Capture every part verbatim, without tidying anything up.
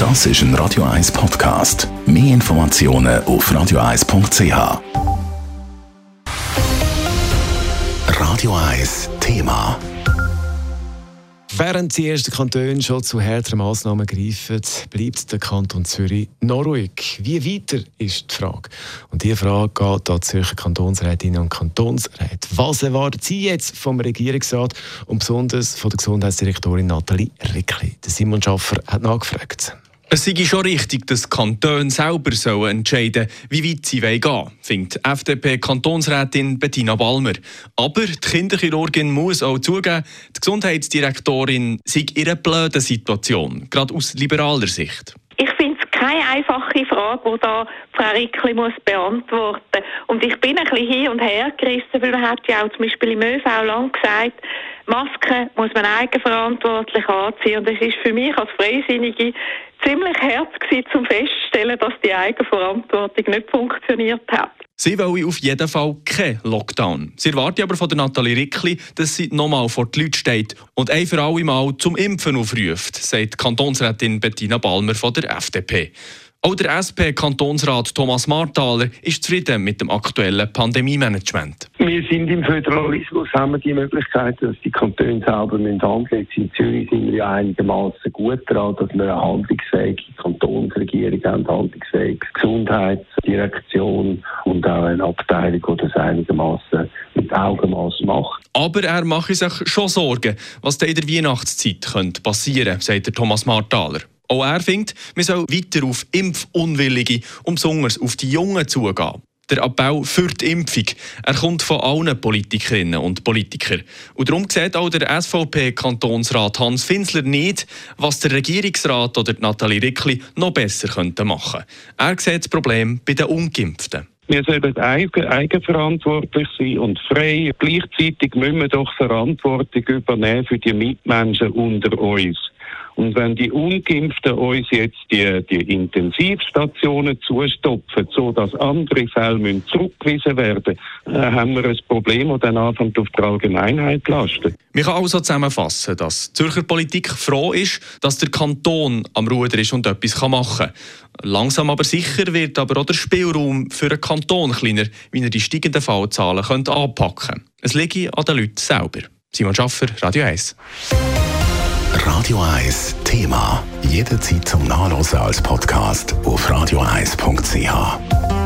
Das ist ein Radio eins Podcast. Mehr Informationen auf radio eins punkt c h. Radio eins Thema. Während die ersten Kantone schon zu härteren Massnahmen greifen, bleibt der Kanton Zürich noch ruhig. Wie weiter, ist die Frage. Und diese Frage geht an die Zürcher Kantonsrätinnen und Kantonsräte. Was erwarten Sie jetzt vom Regierungsrat und besonders von der Gesundheitsdirektorin Nathalie Rickli? Simon Schaffer hat nachgefragt. Es sei schon richtig, dass die Kantone selber entscheiden sollen, wie weit sie gehen wollen, findet F D P-Kantonsrätin Bettina Balmer. Aber die Kinderchirurgin muss auch zugeben, die Gesundheitsdirektorin sei in einer blöden Situation, gerade aus liberaler Sicht. Ich finde es keine einfache Frage, die da Frau Rickli muss beantworten muss. Und ich bin ein bisschen hin und her gerissen, weil man hat ja auch zum Beispiel im ÖV lang gesagt, Masken muss man eigenverantwortlich anziehen. Und es ist für mich als Freisinnige ziemlich hart gewesen, zum feststellen, dass die Eigenverantwortung nicht funktioniert hat. Sie wollen auf jeden Fall keinen Lockdown. Sie erwarten aber von der Nathalie Rickli, dass sie nochmal vor die Leute steht und ein für alle Mal zum Impfen aufruft, sagt Kantonsrätin Bettina Balmer von der F D P. Auch der S P-Kantonsrat Thomas Marthaler ist zufrieden mit dem aktuellen Pandemie-Management. Wir sind im Föderalismus, haben wir die Möglichkeit, dass die Kantone selber handeln. Jetzt in Zürich sind wir ja einigermaßen gut daran, dass wir eine handlungsfähige Kantonsregierung haben, handlungsfähige Gesundheitsdirektion und auch eine Abteilung, die das einigermaßen mit Augenmaß macht. Aber er mache sich schon Sorgen, was in der Weihnachtszeit passieren könnte, sagt der Thomas Marthaler. Auch er findet, man soll weiter auf Impfunwillige und besonders auf die Jungen zugehen. Der Appell für die Impfung, er kommt von allen Politikerinnen und Politikern. Und darum sieht auch der S V P-Kantonsrat Hans Finzler nicht, was der Regierungsrat oder Nathalie Rickli noch besser machen könnten. Er sieht das Problem bei den Ungeimpften. Wir sollen eigen, eigenverantwortlich sein und frei. Gleichzeitig müssen wir doch Verantwortung übernehmen für die Mitmenschen unter uns. Und wenn die Ungeimpften uns jetzt die, die Intensivstationen zustopfen, sodass andere Fälle zurückgewiesen werden müssen, äh, haben wir ein Problem, das dann anfängt auf die Allgemeinheit lastet. Wir können also zusammenfassen, dass die Zürcher Politik froh ist, dass der Kanton am Ruder ist und etwas machen kann. Langsam aber sicher wird aber auch der Spielraum für einen Kanton kleiner, wie er die steigenden Fallzahlen anpacken könnte. Es liegt an den Leuten selber. Simon Schaffer, Radio eins. Radio eins Thema. Jederzeit zum Nachlesen als Podcast auf radio eins punkt c h.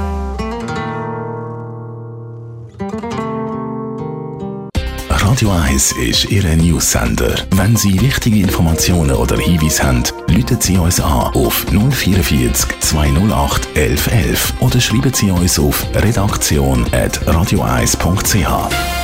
Radio eins ist Ihr News-Sender. Wenn Sie wichtige Informationen oder Hinweise haben, rufen Sie uns an auf null vierundvierzig zweihundertacht elf elf oder schreiben Sie uns auf redaktion at radio eins punkt c h.